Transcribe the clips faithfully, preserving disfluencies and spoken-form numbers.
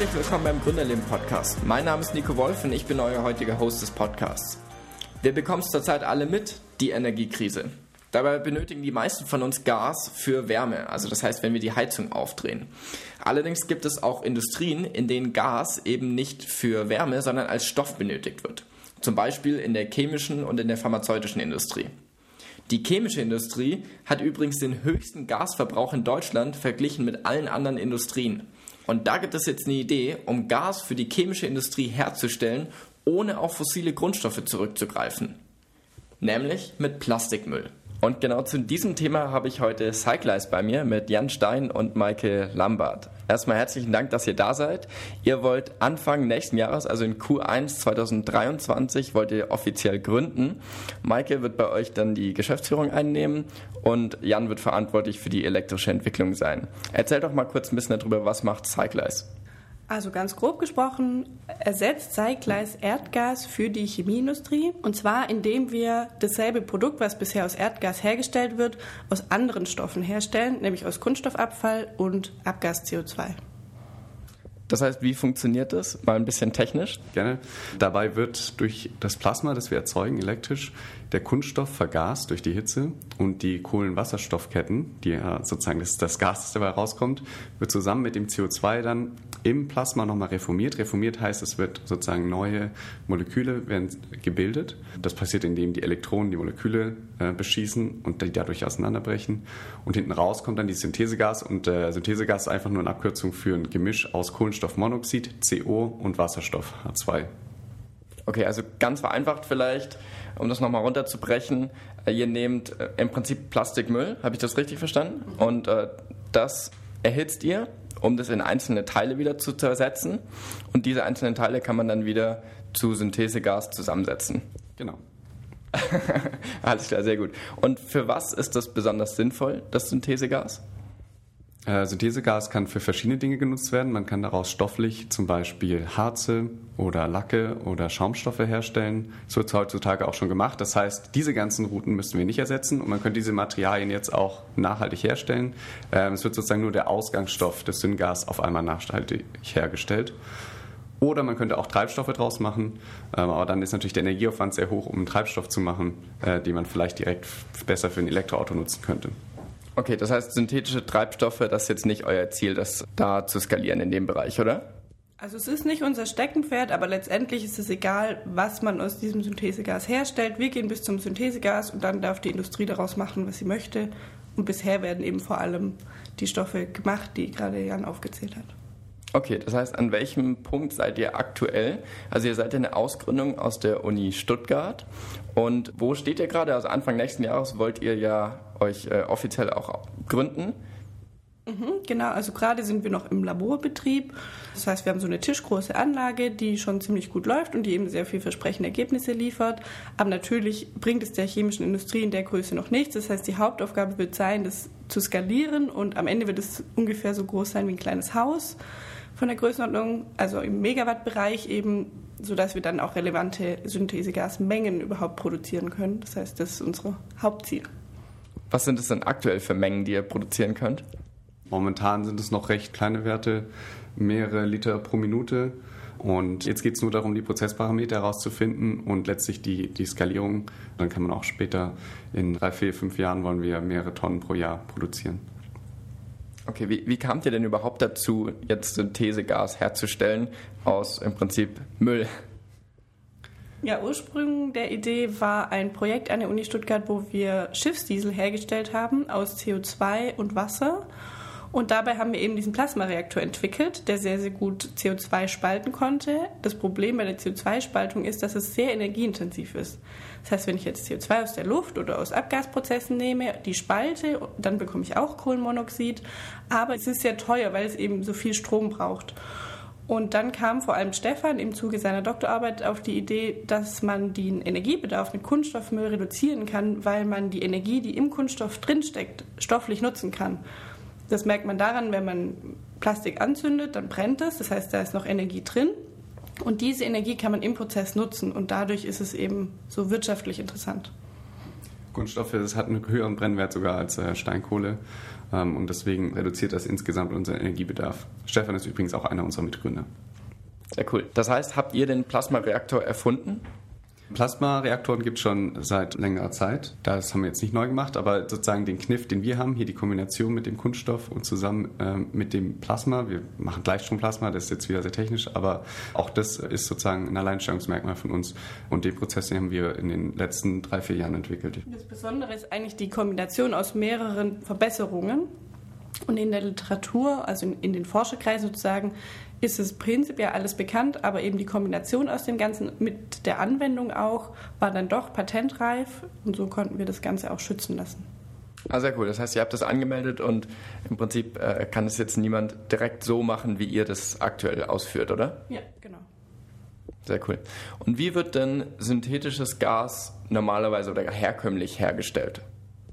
Herzlich willkommen beim Gründerleben-Podcast. Mein Name ist Nico Wolf und ich bin euer heutiger Host des Podcasts. Wir bekommen es zurzeit alle mit, die Energiekrise. Dabei benötigen die meisten von uns Gas für Wärme, also das heißt, wenn wir die Heizung aufdrehen. Allerdings gibt es auch Industrien, in denen Gas eben nicht für Wärme, sondern als Stoff benötigt wird. Zum Beispiel in der chemischen und in der pharmazeutischen Industrie. Die chemische Industrie hat übrigens den höchsten Gasverbrauch in Deutschland verglichen mit allen anderen Industrien. Und da gibt es jetzt eine Idee, um Gas für die chemische Industrie herzustellen, ohne auf fossile Grundstoffe zurückzugreifen. Nämlich mit Plastikmüll. Und genau zu diesem Thema habe ich heute Cyclize bei mir mit Jan Stein und Maike Lambert. Erstmal herzlichen Dank, dass ihr da seid. Ihr wollt Anfang nächsten Jahres, also in Q eins zweitausenddreiundzwanzig, wollt ihr offiziell gründen. Maike wird bei euch dann die Geschäftsführung einnehmen und Jan wird verantwortlich für die elektrische Entwicklung sein. Erzähl doch mal kurz ein bisschen darüber, was macht Cyclize? Also ganz grob gesprochen ersetzt Cyclize Erdgas für die Chemieindustrie, und zwar indem wir dasselbe Produkt, was bisher aus Erdgas hergestellt wird, aus anderen Stoffen herstellen, nämlich aus Kunststoffabfall und Abgas C O zwei. Das heißt, wie funktioniert das? Mal ein bisschen technisch. Gerne. Dabei wird durch das Plasma, das wir erzeugen, elektrisch, der Kunststoff vergast durch die Hitze und die Kohlenwasserstoffketten, die ja sozusagen das, das Gas, das dabei rauskommt, wird zusammen mit dem C O zwei dann im Plasma nochmal reformiert. Reformiert heißt, es wird sozusagen neue Moleküle werden gebildet. Das passiert, indem die Elektronen die Moleküle äh, beschießen und die dadurch auseinanderbrechen. Und hinten raus kommt dann die Synthesegas, und äh, Synthesegas ist einfach nur eine Abkürzung für ein Gemisch aus Kohlenstoffmonoxid, C O und Wasserstoff, H zwei. Okay, also ganz vereinfacht vielleicht, um das nochmal runterzubrechen. Ihr nehmt äh, im Prinzip Plastikmüll, habe ich das richtig verstanden? Und äh, das erhitzt ihr, um das in einzelne Teile wieder zu zersetzen. Und diese einzelnen Teile kann man dann wieder zu Synthesegas zusammensetzen. Genau. Alles klar, sehr gut. Und für was ist das besonders sinnvoll, das Synthesegas? Äh, Synthesegas kann für verschiedene Dinge genutzt werden. Man kann daraus stofflich zum Beispiel Harze oder Lacke oder Schaumstoffe herstellen. Das wird heutzutage auch schon gemacht. Das heißt, diese ganzen Routen müssten wir nicht ersetzen und man könnte diese Materialien jetzt auch nachhaltig herstellen. Ähm, es wird sozusagen nur der Ausgangsstoff des Syngas auf einmal nachhaltig hergestellt. Oder man könnte auch Treibstoffe draus machen, ähm, aber dann ist natürlich der Energieaufwand sehr hoch, um einen Treibstoff zu machen, äh, den man vielleicht direkt besser für ein Elektroauto nutzen könnte. Okay, das heißt, synthetische Treibstoffe, das ist jetzt nicht euer Ziel, das da zu skalieren in dem Bereich, oder? Also es ist nicht unser Steckenpferd, aber letztendlich ist es egal, was man aus diesem Synthesegas herstellt. Wir gehen bis zum Synthesegas und dann darf die Industrie daraus machen, was sie möchte. Und bisher werden eben vor allem die Stoffe gemacht, die gerade Jan aufgezählt hat. Okay, das heißt, an welchem Punkt seid ihr aktuell? Also ihr seid ja eine Ausgründung aus der Uni Stuttgart. Und wo steht ihr gerade? Also Anfang nächsten Jahres wollt ihr ja euch äh, offiziell auch gründen. Mhm, genau, also gerade sind wir noch im Laborbetrieb. Das heißt, wir haben so eine tischgroße Anlage, die schon ziemlich gut läuft und die eben sehr vielversprechende Ergebnisse liefert. Aber natürlich bringt es der chemischen Industrie in der Größe noch nichts. Das heißt, die Hauptaufgabe wird sein, das zu skalieren, und am Ende wird es ungefähr so groß sein wie ein kleines Haus von der Größenordnung, also im Megawattbereich eben, sodass wir dann auch relevante Synthesegasmengen überhaupt produzieren können. Das heißt, das ist unser Hauptziel. Was sind es denn aktuell für Mengen, die ihr produzieren könnt? Momentan sind es noch recht kleine Werte, mehrere Liter pro Minute. Und jetzt geht es nur darum, die Prozessparameter herauszufinden und letztlich die, die Skalierung. Dann kann man auch später, in drei, vier, fünf Jahren, wollen wir mehrere Tonnen pro Jahr produzieren. Okay, wie, wie kamt ihr denn überhaupt dazu, jetzt Synthesegas herzustellen aus im Prinzip Müll? Ja, Ursprung der Idee war ein Projekt an der Uni Stuttgart, wo wir Schiffsdiesel hergestellt haben aus C O zwei und Wasser. Und dabei haben wir eben diesen Plasmareaktor entwickelt, der sehr, sehr gut C O zwei spalten konnte. Das Problem bei der C O zwei Spaltung ist, dass es sehr energieintensiv ist. Das heißt, wenn ich jetzt C O zwei aus der Luft oder aus Abgasprozessen nehme, die spalte, dann bekomme ich auch Kohlenmonoxid. Aber es ist sehr teuer, weil es eben so viel Strom braucht. Und dann kam vor allem Stefan im Zuge seiner Doktorarbeit auf die Idee, dass man den Energiebedarf mit Kunststoffmüll reduzieren kann, weil man die Energie, die im Kunststoff drinsteckt, stofflich nutzen kann. Das merkt man daran, wenn man Plastik anzündet, dann brennt es, das heißt, da ist noch Energie drin. Und diese Energie kann man im Prozess nutzen und dadurch ist es eben so wirtschaftlich interessant. Kunststoffe, das hat einen höheren Brennwert sogar als äh, Steinkohle ähm, und deswegen reduziert das insgesamt unseren Energiebedarf. Stefan ist übrigens auch einer unserer Mitgründer. Sehr cool. Das heißt, habt ihr den Plasmareaktor erfunden? Plasmareaktoren gibt es schon seit längerer Zeit. Das haben wir jetzt nicht neu gemacht, aber sozusagen den Kniff, den wir haben, hier die Kombination mit dem Kunststoff und zusammen ähm, mit dem Plasma. Wir machen Gleichstromplasma, das ist jetzt wieder sehr technisch, aber auch das ist sozusagen ein Alleinstellungsmerkmal von uns. Und den Prozess den haben wir in den letzten drei, vier Jahren entwickelt. Das Besondere ist eigentlich die Kombination aus mehreren Verbesserungen. Und in der Literatur, also in, in den Forscherkreisen sozusagen, ist es prinzipiell alles bekannt, aber eben die Kombination aus dem Ganzen mit der Anwendung auch war dann doch patentreif und so konnten wir das Ganze auch schützen lassen. Ah, sehr cool. Das heißt, ihr habt das angemeldet und im Prinzip äh, kann es jetzt niemand direkt so machen, wie ihr das aktuell ausführt, oder? Ja, genau. Sehr cool. Und wie wird denn synthetisches Gas normalerweise oder herkömmlich hergestellt?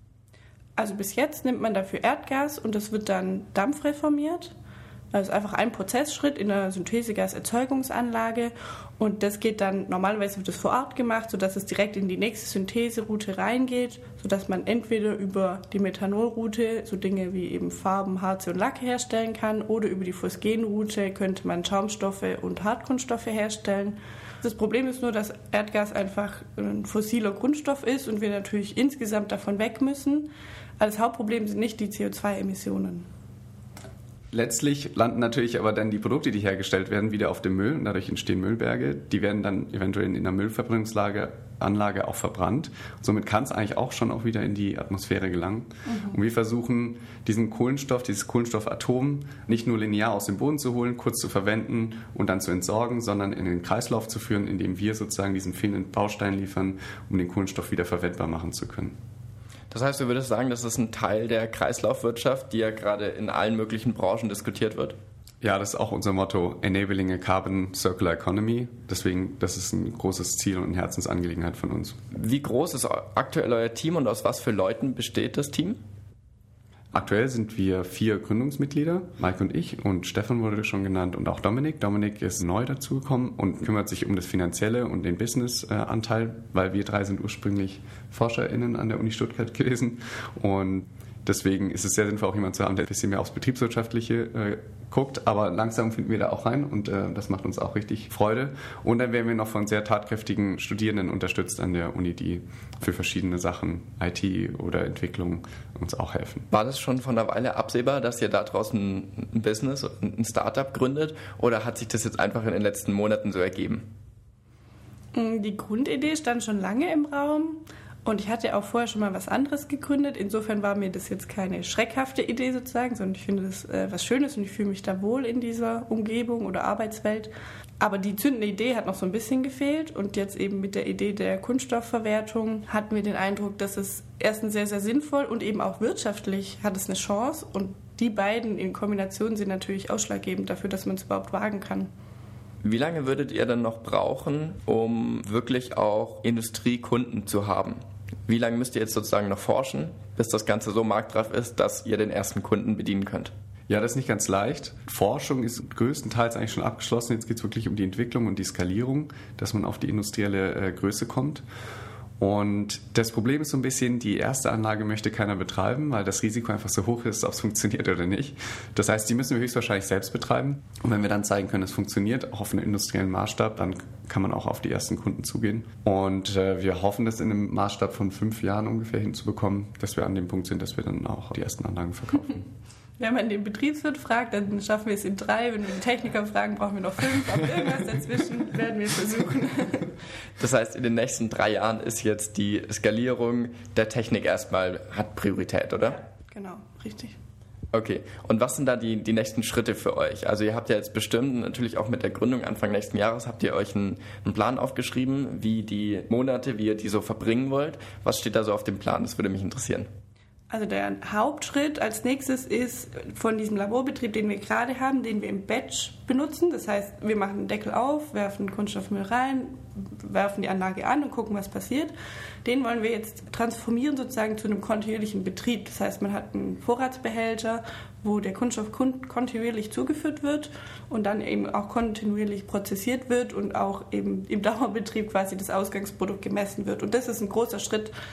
Also bis jetzt nimmt man dafür Erdgas und das wird dann dampfreformiert. Das ist einfach ein Prozessschritt in der Synthesegaserzeugungsanlage und das geht dann, normalerweise wird das vor Ort gemacht, sodass es direkt in die nächste Syntheseroute reingeht, sodass man entweder über die Methanolroute so Dinge wie eben Farben, Harze und Lacke herstellen kann oder über die Phosgenroute könnte man Schaumstoffe und Hartkunststoffe herstellen. Das Problem ist nur, dass Erdgas einfach ein fossiler Grundstoff ist und wir natürlich insgesamt davon weg müssen. Aber das Hauptproblem sind nicht die C O zwei Emissionen. Letztlich landen natürlich aber dann die Produkte, die hergestellt werden, wieder auf dem Müll und dadurch entstehen Müllberge. Die werden dann eventuell in einer Müllverbrennungsanlage auch verbrannt. Somit kann es eigentlich auch schon auch wieder in die Atmosphäre gelangen. Mhm. Und wir versuchen, diesen Kohlenstoff, dieses Kohlenstoffatom nicht nur linear aus dem Boden zu holen, kurz zu verwenden und dann zu entsorgen, sondern in den Kreislauf zu führen, indem wir sozusagen diesen fehlenden Baustein liefern, um den Kohlenstoff wieder verwendbar machen zu können. Das heißt, du würdest sagen, das ist ein Teil der Kreislaufwirtschaft, die ja gerade in allen möglichen Branchen diskutiert wird? Ja, das ist auch unser Motto, Enabling a Carbon Circular Economy. Deswegen, das ist ein großes Ziel und eine Herzensangelegenheit von uns. Wie groß ist aktuell euer Team und aus was für Leuten besteht das Team? Aktuell sind wir vier Gründungsmitglieder, Mike und ich, und Stefan wurde schon genannt und auch Dominik. Dominik ist neu dazugekommen und kümmert sich um das Finanzielle und den Business-Anteil, weil wir drei sind ursprünglich ForscherInnen an der Uni Stuttgart gewesen und deswegen ist es sehr sinnvoll, auch jemanden zu haben, der ein bisschen mehr aufs Betriebswirtschaftliche äh, guckt. Aber langsam finden wir da auch rein und äh, das macht uns auch richtig Freude. Und dann werden wir noch von sehr tatkräftigen Studierenden unterstützt an der Uni, die für verschiedene Sachen, I T oder Entwicklung, uns auch helfen. War das schon von einer Weile absehbar, dass ihr da draußen ein Business, ein Startup gründet? Oder hat sich das jetzt einfach in den letzten Monaten so ergeben? Die Grundidee stand schon lange im Raum. Und ich hatte auch vorher schon mal was anderes gegründet. Insofern war mir das jetzt keine schreckhafte Idee sozusagen, sondern ich finde das äh, was Schönes und ich fühle mich da wohl in dieser Umgebung oder Arbeitswelt. Aber die zündende Idee hat noch so ein bisschen gefehlt und jetzt eben mit der Idee der Kunststoffverwertung hatten wir den Eindruck, dass es erstens sehr, sehr sinnvoll und eben auch wirtschaftlich hat es eine Chance und die beiden in Kombination sind natürlich ausschlaggebend dafür, dass man es überhaupt wagen kann. Wie lange würdet ihr dann noch brauchen, um wirklich auch Industriekunden zu haben? Wie lange müsst ihr jetzt sozusagen noch forschen, bis das Ganze so marktreif ist, dass ihr den ersten Kunden bedienen könnt? Ja, das ist nicht ganz leicht. Forschung ist größtenteils eigentlich schon abgeschlossen. Jetzt geht es wirklich um die Entwicklung und die Skalierung, dass man auf die industrielle äh, Größe kommt. Und das Problem ist so ein bisschen, die erste Anlage möchte keiner betreiben, weil das Risiko einfach so hoch ist, ob es funktioniert oder nicht. Das heißt, die müssen wir höchstwahrscheinlich selbst betreiben. Und wenn wir dann zeigen können, es funktioniert, auch auf einem industriellen Maßstab, dann kann man auch auf die ersten Kunden zugehen. Und äh, wir hoffen, das in einem Maßstab von fünf Jahren ungefähr hinzubekommen, dass wir an dem Punkt sind, dass wir dann auch die ersten Anlagen verkaufen. Wenn man den Betriebswirt fragt, dann schaffen wir es in drei. Wenn wir den Techniker fragen, brauchen wir noch fünf. Aber irgendwas dazwischen werden wir versuchen. Das heißt, in den nächsten drei Jahren ist jetzt die Skalierung der Technik erstmal, hat Priorität, oder? Ja, genau, richtig. Okay, und was sind da die, die nächsten Schritte für euch? Also ihr habt ja jetzt bestimmt, natürlich auch mit der Gründung Anfang nächsten Jahres, habt ihr euch einen, einen Plan aufgeschrieben, wie die Monate, wie ihr die so verbringen wollt. Was steht da so auf dem Plan? Das würde mich interessieren. Also der Hauptschritt als nächstes ist von diesem Laborbetrieb, den wir gerade haben, den wir im Batch benutzen. Das heißt, wir machen den Deckel auf, werfen Kunststoffmüll rein, werfen die Anlage an und gucken, was passiert. Den wollen wir jetzt transformieren sozusagen zu einem kontinuierlichen Betrieb. Das heißt, man hat einen Vorratsbehälter, wo der Kunststoff kontinuierlich zugeführt wird und dann eben auch kontinuierlich prozessiert wird und auch eben im Dauerbetrieb quasi das Ausgangsprodukt gemessen wird. Und das ist ein großer Schritt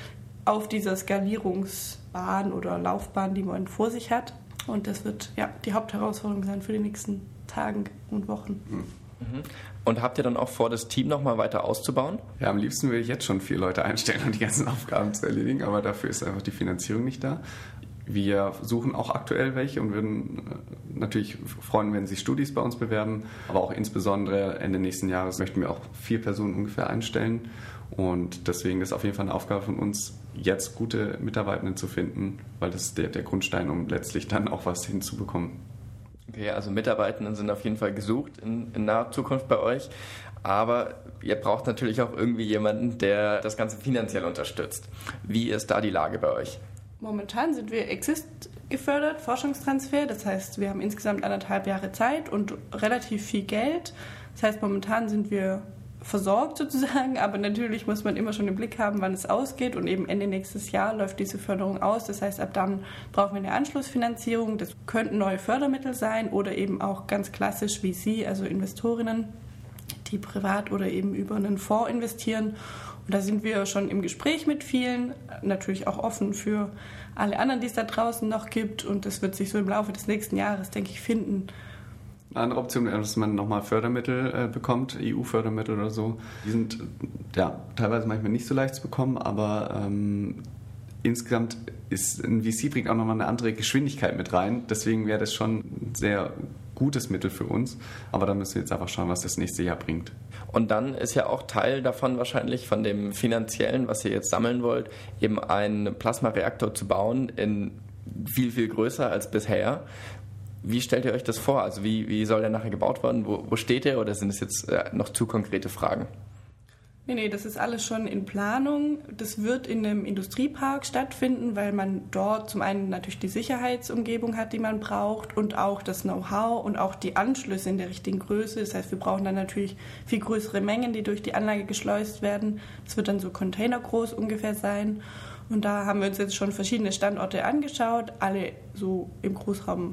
auf dieser Skalierungsbahn oder Laufbahn, die man vor sich hat. Und das wird ja die Hauptherausforderung sein für die nächsten Tage und Wochen. Mhm. Und habt ihr dann auch vor, das Team nochmal weiter auszubauen? Ja, am liebsten würde ich jetzt schon vier Leute einstellen, um die ganzen Aufgaben zu erledigen, aber dafür ist einfach die Finanzierung nicht da. Wir suchen auch aktuell welche und würden natürlich freuen, wenn sich Studis bei uns bewerben, aber auch insbesondere Ende nächsten Jahres möchten wir auch vier Personen ungefähr einstellen und deswegen ist auf jeden Fall eine Aufgabe von uns, jetzt gute Mitarbeitende zu finden, weil das ist der, der Grundstein, um letztlich dann auch was hinzubekommen. Okay, also Mitarbeitenden sind auf jeden Fall gesucht in, in naher Zukunft bei euch, aber ihr braucht natürlich auch irgendwie jemanden, der das Ganze finanziell unterstützt. Wie ist da die Lage bei euch? Momentan sind wir Exist gefördert, Forschungstransfer. Das heißt, wir haben insgesamt anderthalb Jahre Zeit und relativ viel Geld. Das heißt, momentan sind wir versorgt sozusagen, aber natürlich muss man immer schon im Blick haben, wann es ausgeht und eben Ende nächstes Jahr läuft diese Förderung aus. Das heißt, ab dann brauchen wir eine Anschlussfinanzierung. Das könnten neue Fördermittel sein oder eben auch ganz klassisch V C, also Investorinnen, die privat oder eben über einen Fonds investieren. Und da sind wir schon im Gespräch mit vielen, natürlich auch offen für alle anderen, die es da draußen noch gibt. Und das wird sich so im Laufe des nächsten Jahres, denke ich, finden. Eine andere Option wäre, dass man nochmal Fördermittel äh, bekommt, E U-Fördermittel oder so. Die sind ja teilweise manchmal nicht so leicht zu bekommen, aber ähm, insgesamt ist ein V C bringt auch nochmal eine andere Geschwindigkeit mit rein. Deswegen wäre das schon ein sehr gutes Mittel für uns. Aber da müssen wir jetzt einfach schauen, was das nächste Jahr bringt. Und dann ist ja auch Teil davon wahrscheinlich, von dem Finanziellen, was ihr jetzt sammeln wollt, eben einen Plasmareaktor zu bauen, in viel, viel größer als bisher. Wie stellt ihr euch das vor? Also wie, wie soll der nachher gebaut werden? Wo, wo steht der? Oder sind es jetzt äh, noch zu konkrete Fragen? Nee, nee, das ist alles schon in Planung. Das wird in einem Industriepark stattfinden, weil man dort zum einen natürlich die Sicherheitsumgebung hat, die man braucht und auch das Know-how und auch die Anschlüsse in der richtigen Größe. Das heißt, wir brauchen dann natürlich viel größere Mengen, die durch die Anlage geschleust werden. Das wird dann so containergroß ungefähr sein. Und da haben wir uns jetzt schon verschiedene Standorte angeschaut, alle so im Großraum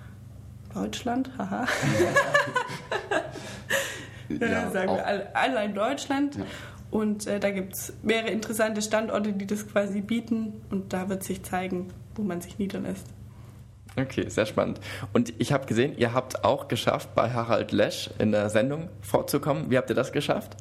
Deutschland, haha. Ja, sagen wir alle, alle in Deutschland. Ja. Und äh, da gibt es mehrere interessante Standorte, die das quasi bieten. Und da wird sich zeigen, wo man sich niederlässt. Okay, sehr spannend. Und ich habe gesehen, ihr habt auch geschafft, bei Harald Lesch in der Sendung vorzukommen. Wie habt ihr das geschafft?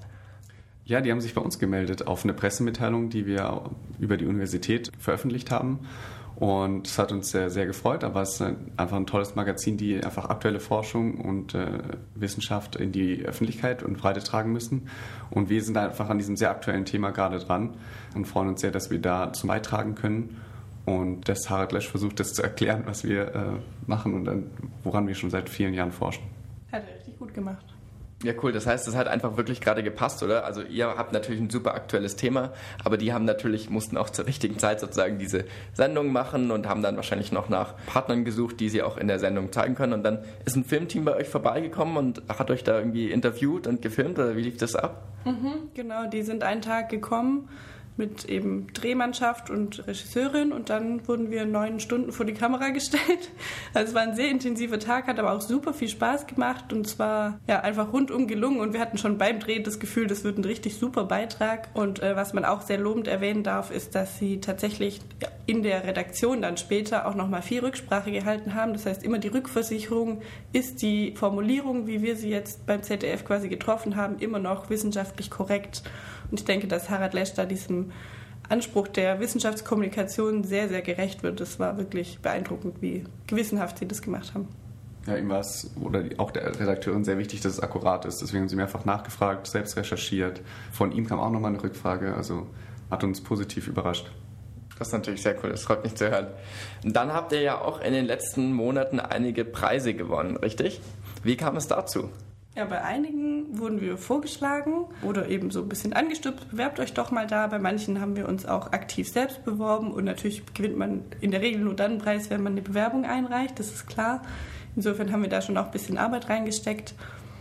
Ja, die haben sich bei uns gemeldet auf eine Pressemitteilung, die wir über die Universität veröffentlicht haben. Und es hat uns sehr, sehr gefreut, aber es ist einfach ein tolles Magazin, die einfach aktuelle Forschung und äh, Wissenschaft in die Öffentlichkeit und Breite tragen müssen. Und wir sind einfach an diesem sehr aktuellen Thema gerade dran und freuen uns sehr, dass wir dazu beitragen können. Und dass Harald Lesch versucht, das zu erklären, was wir äh, machen und dann, woran wir schon seit vielen Jahren forschen. Hat er richtig gut gemacht. Ja, cool. Das heißt, das hat einfach wirklich gerade gepasst, oder? Also ihr habt natürlich ein super aktuelles Thema, aber die haben natürlich, mussten auch zur richtigen Zeit sozusagen diese Sendung machen und haben dann wahrscheinlich noch nach Partnern gesucht, die sie auch in der Sendung zeigen können. Und dann ist ein Filmteam bei euch vorbeigekommen und hat euch da irgendwie interviewt und gefilmt, oder wie lief das ab? Mhm, genau, die sind einen Tag gekommen mit eben Drehmannschaft und Regisseurin und dann wurden wir neun Stunden vor die Kamera gestellt. Also es war ein sehr intensiver Tag, hat aber auch super viel Spaß gemacht und zwar ja einfach rundum gelungen und wir hatten schon beim Dreh das Gefühl, das wird ein richtig super Beitrag und äh, was man auch sehr lobend erwähnen darf, ist, dass sie tatsächlich in der Redaktion dann später auch nochmal viel Rücksprache gehalten haben. Das heißt, immer die Rückversicherung, ist die Formulierung, wie wir sie jetzt beim Z D F quasi getroffen haben, immer noch wissenschaftlich korrekt. Und ich denke, dass Harald Lesch da diesem Anspruch der Wissenschaftskommunikation sehr, sehr gerecht wird. Das war wirklich beeindruckend, wie gewissenhaft sie das gemacht haben. Ja, ihm war es, oder auch der Redakteurin, sehr wichtig, dass es akkurat ist. Deswegen haben sie mehrfach nachgefragt, selbst recherchiert. Von ihm kam auch nochmal eine Rückfrage, also hat uns positiv überrascht. Das ist natürlich sehr cool, das freut mich zu hören. Und dann habt ihr ja auch in den letzten Monaten einige Preise gewonnen, richtig? Wie kam es dazu? Ja, bei einigen wurden wir vorgeschlagen oder eben so ein bisschen angestupst, bewerbt euch doch mal da. Bei manchen haben wir uns auch aktiv selbst beworben und natürlich gewinnt man in der Regel nur dann einen Preis, wenn man eine Bewerbung einreicht, das ist klar. Insofern haben wir da schon auch ein bisschen Arbeit reingesteckt.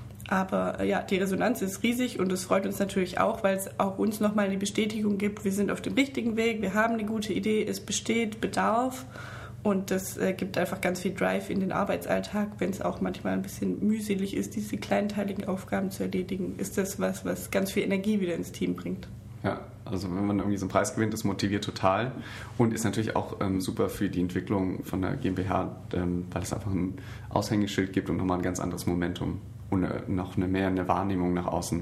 Aber ja, die Resonanz ist riesig und es freut uns natürlich auch, weil es auch uns nochmal die Bestätigung gibt, wir sind auf dem richtigen Weg, wir haben eine gute Idee, es besteht Bedarf. Und das äh, gibt einfach ganz viel Drive in den Arbeitsalltag, wenn es auch manchmal ein bisschen mühselig ist, diese kleinteiligen Aufgaben zu erledigen, ist das was, was ganz viel Energie wieder ins Team bringt. Ja, Also wenn man irgendwie so einen Preis gewinnt, das motiviert total und ist natürlich auch ähm, super für die Entwicklung von der GmbH, ähm, weil es einfach ein Aushängeschild gibt und nochmal ein ganz anderes Momentum und äh, noch eine mehr eine Wahrnehmung nach außen.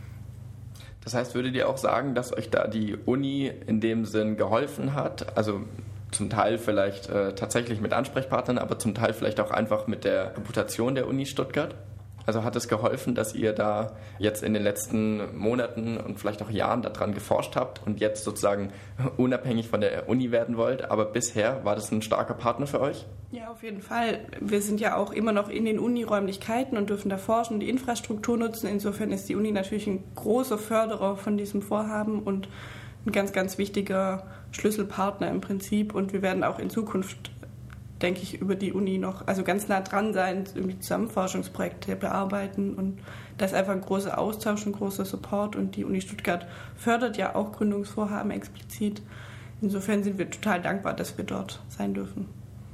Das heißt, würdet ihr auch sagen, dass euch da die Uni in dem Sinn geholfen hat? Also zum Teil vielleicht äh, tatsächlich mit Ansprechpartnern, aber zum Teil vielleicht auch einfach mit der Reputation der Uni Stuttgart? Also hat es geholfen, dass ihr da jetzt in den letzten Monaten und vielleicht auch Jahren daran geforscht habt und jetzt sozusagen unabhängig von der Uni werden wollt, aber bisher war das ein starker Partner für euch? Ja, auf jeden Fall. Wir sind ja auch immer noch in den Uni-Räumlichkeiten und dürfen da forschen und die Infrastruktur nutzen. Insofern ist die Uni natürlich ein großer Förderer von diesem Vorhaben und ein ganz, ganz wichtiger Schlüsselpartner im Prinzip. Und wir werden auch in Zukunft, denke ich, über die Uni noch, also ganz nah dran sein, irgendwie zusammen Forschungsprojekte bearbeiten und da ist einfach ein großer Austausch, ein großer Support und die Uni Stuttgart fördert ja auch Gründungsvorhaben explizit. Insofern sind wir total dankbar, dass wir dort sein dürfen.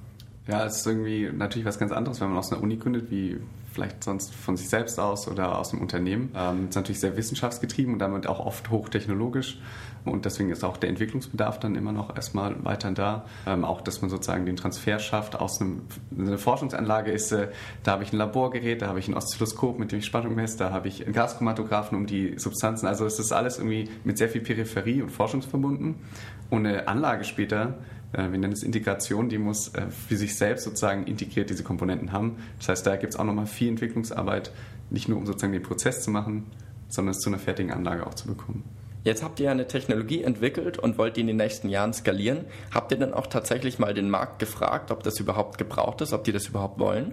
Ja, es ist irgendwie natürlich was ganz anderes, wenn man aus einer Uni gründet, wie vielleicht sonst von sich selbst aus oder aus einem Unternehmen. Ähm, es ist natürlich sehr wissenschaftsgetrieben und damit auch oft hochtechnologisch. Und deswegen ist auch der Entwicklungsbedarf dann immer noch erstmal weiter da. Ähm, auch, dass man sozusagen den Transfer schafft aus einem, eine Forschungsanlage ist, äh, da habe ich ein Laborgerät, da habe ich ein Oszilloskop, mit dem ich Spannung messe, da habe ich einen Gaschromatographen um die Substanzen. Also es ist alles irgendwie mit sehr viel Peripherie und Forschung verbunden. Und eine Anlage später, wir nennen es Integration, die muss für sich selbst sozusagen integriert diese Komponenten haben. Das heißt, da gibt es auch nochmal viel Entwicklungsarbeit, nicht nur um sozusagen den Prozess zu machen, sondern es zu einer fertigen Anlage auch zu bekommen. Jetzt habt ihr eine Technologie entwickelt und wollt die in den nächsten Jahren skalieren. Habt ihr dann auch tatsächlich mal den Markt gefragt, ob das überhaupt gebraucht ist, ob die das überhaupt wollen?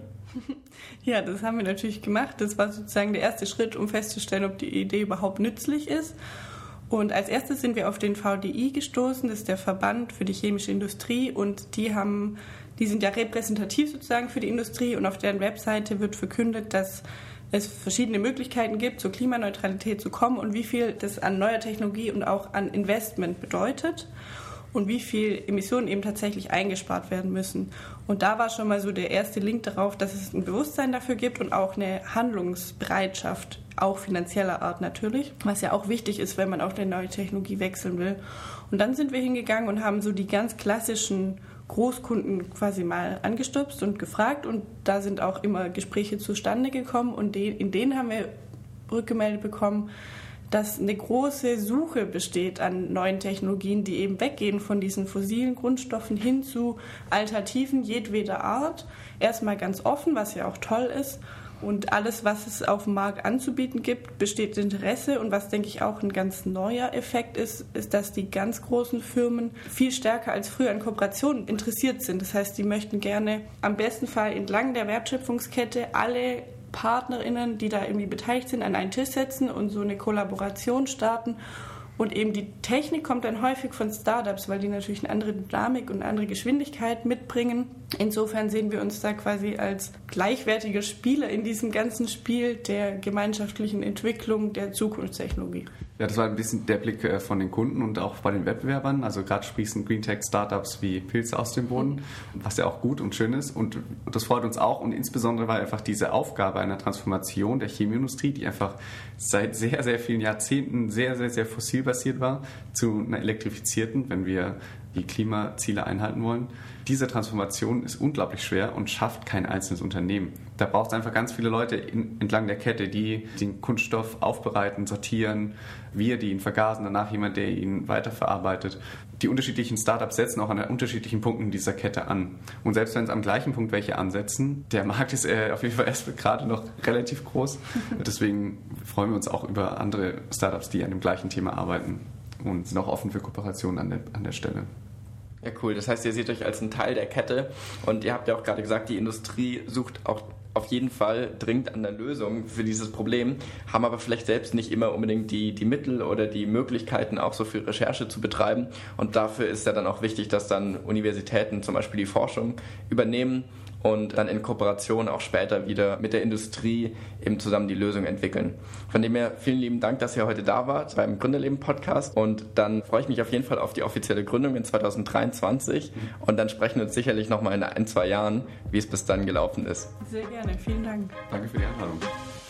Ja, das haben wir natürlich gemacht. Das war sozusagen der erste Schritt, um festzustellen, ob die Idee überhaupt nützlich ist. Und als erstes sind wir auf den V D I gestoßen, das ist der Verband für die chemische Industrie und die haben, die sind ja repräsentativ sozusagen für die Industrie und auf deren Webseite wird verkündet, dass es verschiedene Möglichkeiten gibt, zur Klimaneutralität zu kommen und wie viel das an neuer Technologie und auch an Investment bedeutet und wie viel Emissionen eben tatsächlich eingespart werden müssen. Und da war schon mal so der erste Link darauf, dass es ein Bewusstsein dafür gibt und auch eine Handlungsbereitschaft, auch finanzieller Art natürlich, was ja auch wichtig ist, wenn man auf eine neue Technologie wechseln will. Und dann sind wir hingegangen und haben so die ganz klassischen Großkunden quasi mal angestupst und gefragt und da sind auch immer Gespräche zustande gekommen und in denen haben wir rückgemeldet bekommen, dass eine große Suche besteht an neuen Technologien, die eben weggehen von diesen fossilen Grundstoffen hin zu Alternativen jedweder Art. Erstmal ganz offen, was ja auch toll ist. Und alles, was es auf dem Markt anzubieten gibt, besteht Interesse. Und was, denke ich, auch ein ganz neuer Effekt ist, ist, dass die ganz großen Firmen viel stärker als früher an Kooperationen interessiert sind. Das heißt, die möchten gerne am besten Fall entlang der Wertschöpfungskette alle PartnerInnen, die da irgendwie beteiligt sind, an einen Tisch setzen und so eine Kollaboration starten. Und eben die Technik kommt dann häufig von Startups, weil die natürlich eine andere Dynamik und eine andere Geschwindigkeit mitbringen. Insofern sehen wir uns da quasi als gleichwertige Spieler in diesem ganzen Spiel der gemeinschaftlichen Entwicklung der Zukunftstechnologie. Ja, das war ein bisschen der Blick von den Kunden und auch bei den Wettbewerbern. Also gerade sprießen Greentech-Startups wie Pilze aus dem Boden, was ja auch gut und schön ist. Und das freut uns auch. Und insbesondere war einfach diese Aufgabe einer Transformation der Chemieindustrie, die einfach seit sehr, sehr vielen Jahrzehnten sehr, sehr, sehr fossilbasiert war, zu einer elektrifizierten, wenn wir die Klimaziele einhalten wollen. Diese Transformation ist unglaublich schwer und schafft kein einzelnes Unternehmen. Da braucht es einfach ganz viele Leute in, entlang der Kette, die den Kunststoff aufbereiten, sortieren, wir, die ihn vergasen, danach jemand, der ihn weiterverarbeitet. Die unterschiedlichen Startups setzen auch an unterschiedlichen Punkten dieser Kette an. Und selbst wenn es am gleichen Punkt welche ansetzen, der Markt ist äh, auf jeden Fall erst gerade noch relativ groß. Deswegen freuen wir uns auch über andere Startups, die an dem gleichen Thema arbeiten und sind auch offen für Kooperationen an der, an der Stelle. Ja, cool. Das heißt, ihr seht euch als ein Teil der Kette und ihr habt ja auch gerade gesagt, die Industrie sucht auch auf jeden Fall dringend an der Lösung für dieses Problem, haben aber vielleicht selbst nicht immer unbedingt die, die Mittel oder die Möglichkeiten, auch so viel Recherche zu betreiben. Und dafür ist ja dann auch wichtig, dass dann Universitäten zum Beispiel die Forschung übernehmen und dann in Kooperation auch später wieder mit der Industrie eben zusammen die Lösung entwickeln. Von dem her vielen lieben Dank, dass ihr heute da wart beim Gründerleben-Podcast und dann freue ich mich auf jeden Fall auf die offizielle Gründung in zwanzig dreiundzwanzig und dann sprechen wir uns sicherlich nochmal in ein, zwei Jahren, wie es bis dann gelaufen ist. Sehr gerne, vielen Dank. Danke für die Einladung.